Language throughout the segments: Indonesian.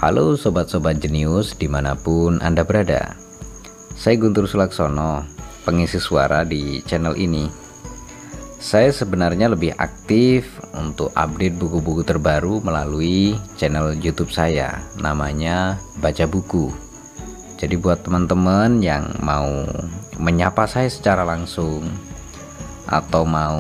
Halo sobat-sobat jenius dimanapun Anda berada. Saya Guntur Sulaksono, pengisi suara di channel ini. Saya sebenarnya lebih aktif untuk update buku-buku terbaru melalui channel YouTube saya, namanya Baca Buku. Jadi buat teman-teman yang mau menyapa saya secara langsung atau mau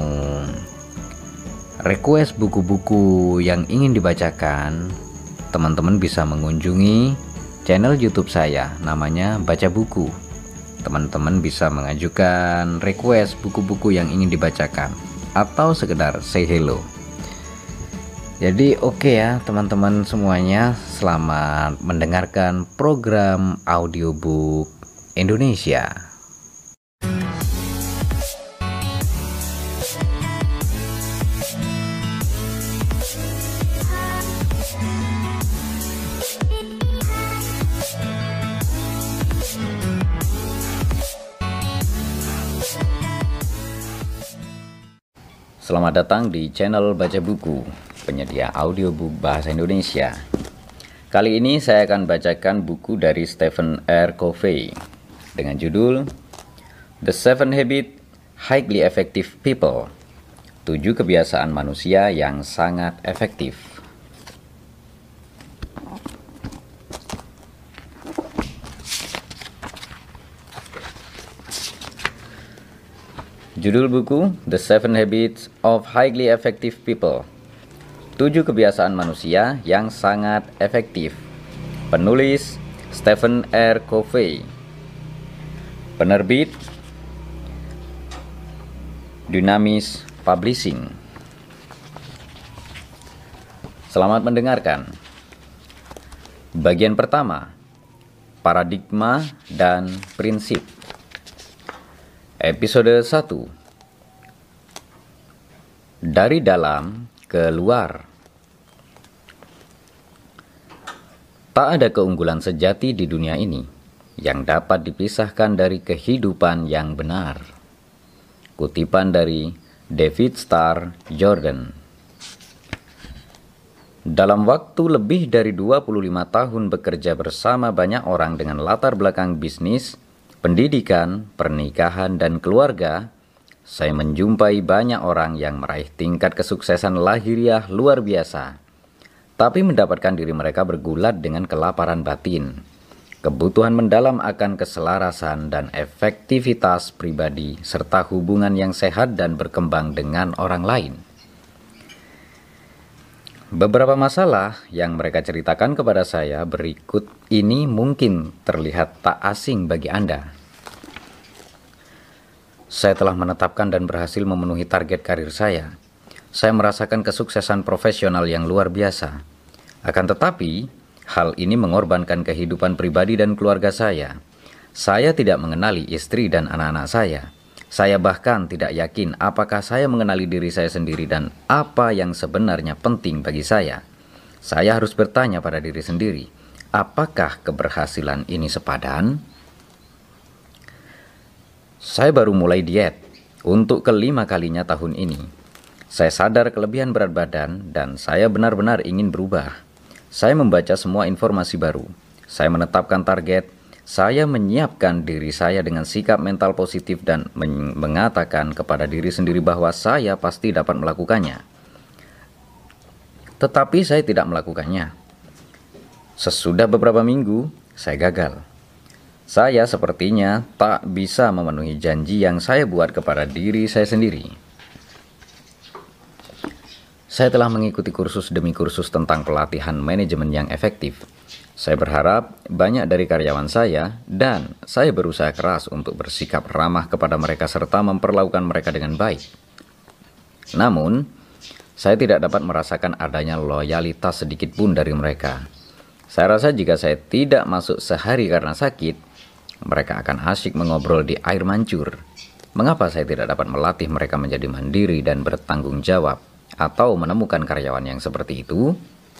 request buku-buku yang ingin dibacakan, teman-teman bisa mengunjungi channel YouTube saya, namanya Baca Buku. Teman-teman bisa mengajukan request buku-buku yang ingin dibacakan atau sekedar say hello. Jadi oke ya teman-teman semuanya, selamat mendengarkan program audiobook Indonesia. Selamat datang di channel Baca Buku, penyedia audiobook bahasa Indonesia. Kali ini saya akan bacakan buku dari Stephen R. Covey dengan judul The 7 Habits Highly Effective People, 7 kebiasaan manusia yang sangat efektif. Judul buku The 7 Habits of Highly Effective People, 7 kebiasaan manusia yang sangat efektif. Penulis Stephen R. Covey. Penerbit Dunamis Publishing. Selamat mendengarkan. Bagian pertama, paradigma dan prinsip. Episode 1. Dari dalam ke luar. Tak ada keunggulan sejati di dunia ini yang dapat dipisahkan dari kehidupan yang benar. Kutipan dari David Starr Jordan. Dalam waktu lebih dari 25 tahun bekerja bersama banyak orang dengan latar belakang bisnis, pendidikan, pernikahan, dan keluarga, saya menjumpai banyak orang yang meraih tingkat kesuksesan lahiriah luar biasa, tapi mendapatkan diri mereka bergulat dengan kelaparan batin, kebutuhan mendalam akan keselarasan dan efektivitas pribadi, serta hubungan yang sehat dan berkembang dengan orang lain. Beberapa masalah yang mereka ceritakan kepada saya berikut ini mungkin terlihat tak asing bagi Anda. Saya telah menetapkan dan berhasil memenuhi target karir saya. Saya merasakan kesuksesan profesional yang luar biasa. Akan tetapi, hal ini mengorbankan kehidupan pribadi dan keluarga saya. Saya tidak mengenali istri dan anak-anak saya. Saya bahkan tidak yakin apakah saya mengenali diri saya sendiri dan apa yang sebenarnya penting bagi saya. Saya harus bertanya pada diri sendiri, apakah keberhasilan ini sepadan? Saya baru mulai diet untuk kelima kalinya tahun ini. Saya sadar kelebihan berat badan dan saya benar-benar ingin berubah. Saya membaca semua informasi baru. Saya menetapkan target. Saya menyiapkan diri saya dengan sikap mental positif dan mengatakan kepada diri sendiri bahwa saya pasti dapat melakukannya. Tetapi saya tidak melakukannya. Sesudah beberapa minggu, saya gagal. Saya sepertinya tak bisa memenuhi janji yang saya buat kepada diri saya sendiri. Saya telah mengikuti kursus demi kursus tentang pelatihan manajemen yang efektif. Saya berharap banyak dari karyawan saya dan saya berusaha keras untuk bersikap ramah kepada mereka serta memperlakukan mereka dengan baik. Namun, saya tidak dapat merasakan adanya loyalitas sedikit pun dari mereka. Saya rasa jika saya tidak masuk sehari karena sakit, mereka akan asyik mengobrol di air mancur. Mengapa saya tidak dapat melatih mereka menjadi mandiri dan bertanggung jawab atau menemukan karyawan yang seperti itu?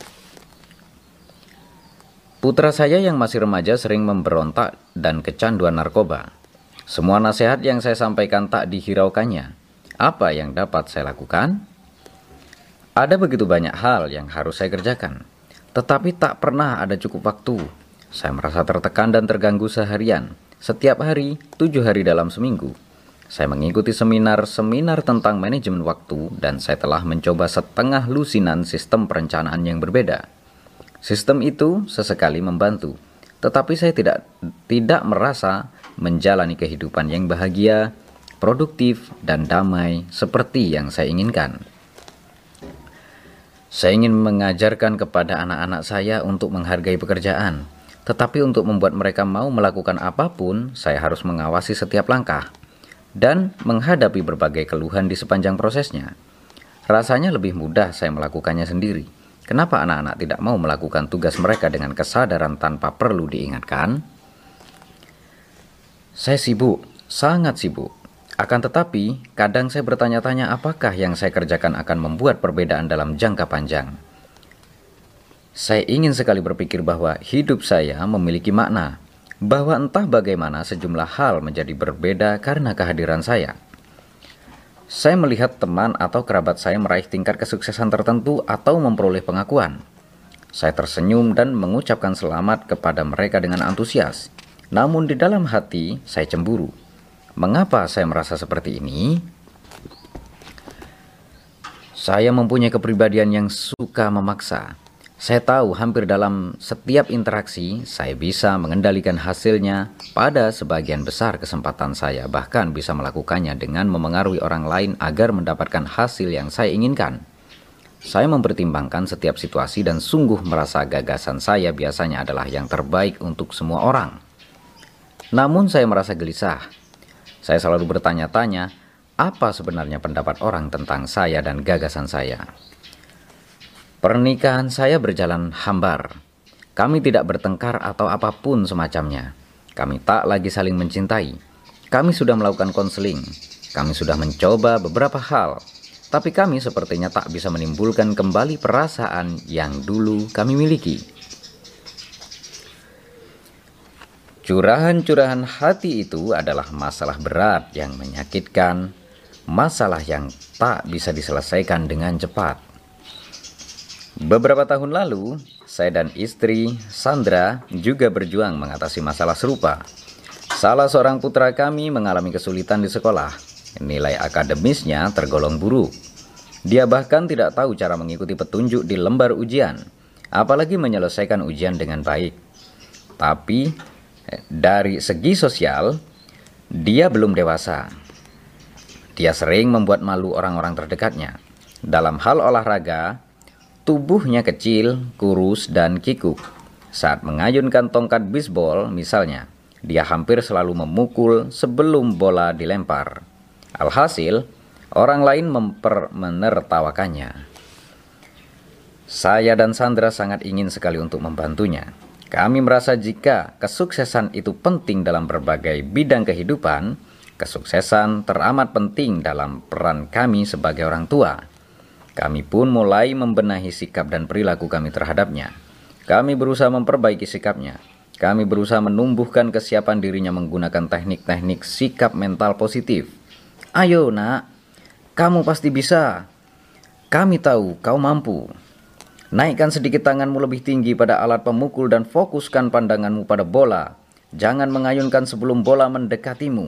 Putra saya yang masih remaja sering memberontak dan kecanduan narkoba. Semua nasihat yang saya sampaikan tak dihiraukannya. Apa yang dapat saya lakukan? Ada begitu banyak hal yang harus saya kerjakan. Tetapi tak pernah ada cukup waktu. Saya merasa tertekan dan terganggu seharian. Setiap hari, 7 hari dalam seminggu. Saya mengikuti seminar-seminar tentang manajemen waktu dan saya telah mencoba setengah lusinan sistem perencanaan yang berbeda. Sistem itu sesekali membantu, tetapi saya tidak merasa menjalani kehidupan yang bahagia, produktif, dan damai seperti yang saya inginkan. Saya ingin mengajarkan kepada anak-anak saya untuk menghargai pekerjaan, tetapi untuk membuat mereka mau melakukan apapun, saya harus mengawasi setiap langkah dan menghadapi berbagai keluhan di sepanjang prosesnya. Rasanya lebih mudah saya melakukannya sendiri. Kenapa anak-anak tidak mau melakukan tugas mereka dengan kesadaran tanpa perlu diingatkan? Saya sibuk, sangat sibuk. Akan tetapi, kadang saya bertanya-tanya apakah yang saya kerjakan akan membuat perbedaan dalam jangka panjang. Saya ingin sekali berpikir bahwa hidup saya memiliki makna, bahwa entah bagaimana sejumlah hal menjadi berbeda karena kehadiran saya. Saya melihat teman atau kerabat saya meraih tingkat kesuksesan tertentu atau memperoleh pengakuan. Saya tersenyum dan mengucapkan selamat kepada mereka dengan antusias. Namun di dalam hati, saya cemburu. Mengapa saya merasa seperti ini? Saya mempunyai kepribadian yang suka memaksa. Saya tahu hampir dalam setiap interaksi, saya bisa mengendalikan hasilnya. Pada sebagian besar kesempatan saya bahkan bisa melakukannya dengan memengaruhi orang lain agar mendapatkan hasil yang saya inginkan. Saya mempertimbangkan setiap situasi dan sungguh merasa gagasan saya biasanya adalah yang terbaik untuk semua orang. Namun saya merasa gelisah. Saya selalu bertanya-tanya, apa sebenarnya pendapat orang tentang saya dan gagasan saya? Pernikahan saya berjalan hambar. Kami tidak bertengkar atau apapun semacamnya. Kami tak lagi saling mencintai. Kami sudah melakukan konseling. Kami sudah mencoba beberapa hal. Tapi kami sepertinya tak bisa menimbulkan kembali perasaan yang dulu kami miliki. Curahan-curahan hati itu adalah masalah berat yang menyakitkan, masalah yang tak bisa diselesaikan dengan cepat. Beberapa tahun lalu, saya dan istri, Sandra, juga berjuang mengatasi masalah serupa. Salah seorang putra kami mengalami kesulitan di sekolah. Nilai akademisnya tergolong buruk. Dia bahkan tidak tahu cara mengikuti petunjuk di lembar ujian, apalagi menyelesaikan ujian dengan baik. Tapi dari segi sosial, dia belum dewasa. Dia sering membuat malu orang-orang terdekatnya. Dalam hal olahraga, tubuhnya kecil, kurus, dan kikuk. Saat mengayunkan tongkat bisbol misalnya, dia hampir selalu memukul sebelum bola dilempar. Alhasil, orang lain menertawakannya. Saya dan Sandra sangat ingin sekali untuk membantunya. Kami merasa jika kesuksesan itu penting dalam berbagai bidang kehidupan, kesuksesan teramat penting dalam peran kami sebagai orang tua. Kami pun mulai membenahi sikap dan perilaku kami terhadapnya. Kami berusaha memperbaiki sikapnya. Kami berusaha menumbuhkan kesiapan dirinya menggunakan teknik-teknik sikap mental positif. Ayo nak, kamu pasti bisa. Kami tahu kau mampu. Naikkan sedikit tanganmu lebih tinggi pada alat pemukul dan fokuskan pandanganmu pada bola. Jangan mengayunkan sebelum bola mendekatimu.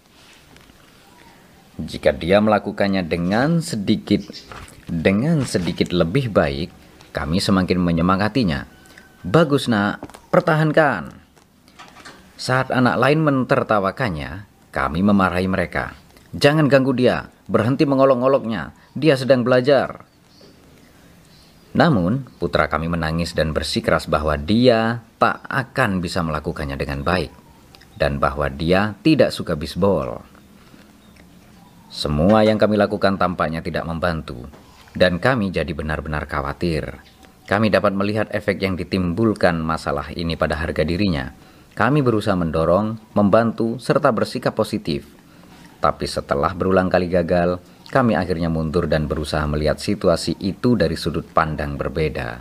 Jika dia melakukannya dengan sedikit lebih baik, kami semakin menyemangatinya. Bagus nak, pertahankan. Saat anak lain mentertawakannya, kami memarahi mereka. Jangan ganggu dia, berhenti mengolok-oloknya, dia sedang belajar. Namun, putra kami menangis dan bersikeras bahwa dia tak akan bisa melakukannya dengan baik, dan bahwa dia tidak suka bisbol. Semua yang kami lakukan tampaknya tidak membantu, dan kami jadi benar-benar khawatir. Kami dapat melihat efek yang ditimbulkan masalah ini pada harga dirinya. Kami berusaha mendorong, membantu, serta bersikap positif. Tapi setelah berulang kali gagal, kami akhirnya mundur dan berusaha melihat situasi itu dari sudut pandang berbeda.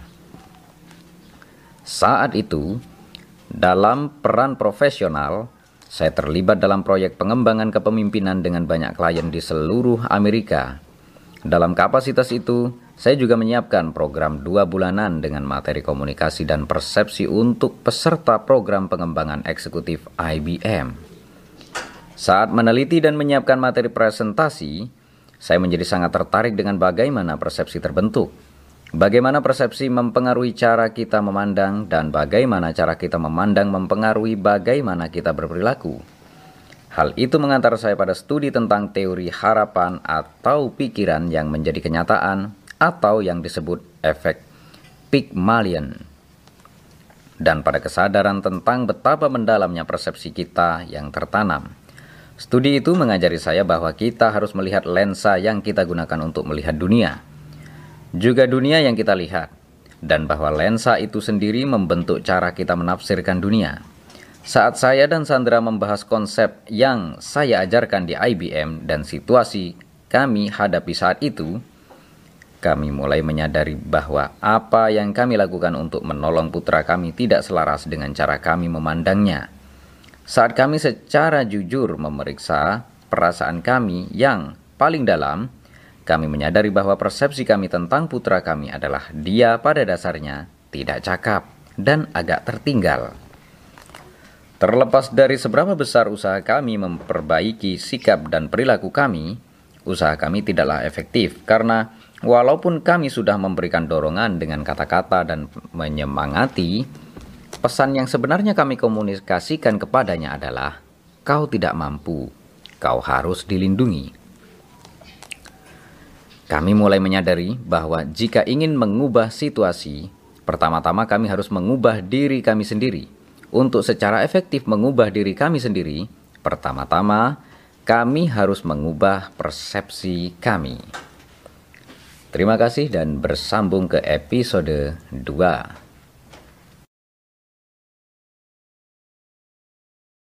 Saat itu, dalam peran profesional, saya terlibat dalam proyek pengembangan kepemimpinan dengan banyak klien di seluruh Amerika. Dalam kapasitas itu, saya juga menyiapkan program 2 bulanan dengan materi komunikasi dan persepsi untuk peserta program pengembangan eksekutif IBM. Saat meneliti dan menyiapkan materi presentasi, saya menjadi sangat tertarik dengan bagaimana persepsi terbentuk, bagaimana persepsi mempengaruhi cara kita memandang, dan bagaimana cara kita memandang mempengaruhi bagaimana kita berperilaku. Hal itu mengantar saya pada studi tentang teori harapan atau pikiran yang menjadi kenyataan atau yang disebut efek Pygmalion, dan pada kesadaran tentang betapa mendalamnya persepsi kita yang tertanam. Studi itu mengajari saya bahwa kita harus melihat lensa yang kita gunakan untuk melihat dunia, juga dunia yang kita lihat, dan bahwa lensa itu sendiri membentuk cara kita menafsirkan dunia. Saat saya dan Sandra membahas konsep yang saya ajarkan di IBM dan situasi kami hadapi saat itu, kami mulai menyadari bahwa apa yang kami lakukan untuk menolong putra kami tidak selaras dengan cara kami memandangnya. Saat kami secara jujur memeriksa perasaan kami yang paling dalam, kami menyadari bahwa persepsi kami tentang putra kami adalah dia pada dasarnya tidak cakap dan agak tertinggal. Terlepas dari seberapa besar usaha kami memperbaiki sikap dan perilaku kami, usaha kami tidaklah efektif karena walaupun kami sudah memberikan dorongan dengan kata-kata dan menyemangati, pesan yang sebenarnya kami komunikasikan kepadanya adalah, "Kau tidak mampu, kau harus dilindungi." Kami mulai menyadari bahwa jika ingin mengubah situasi, pertama-tama kami harus mengubah diri kami sendiri. Untuk secara efektif mengubah diri kami sendiri, pertama-tama kami harus mengubah persepsi kami. Terima kasih dan bersambung ke episode 2.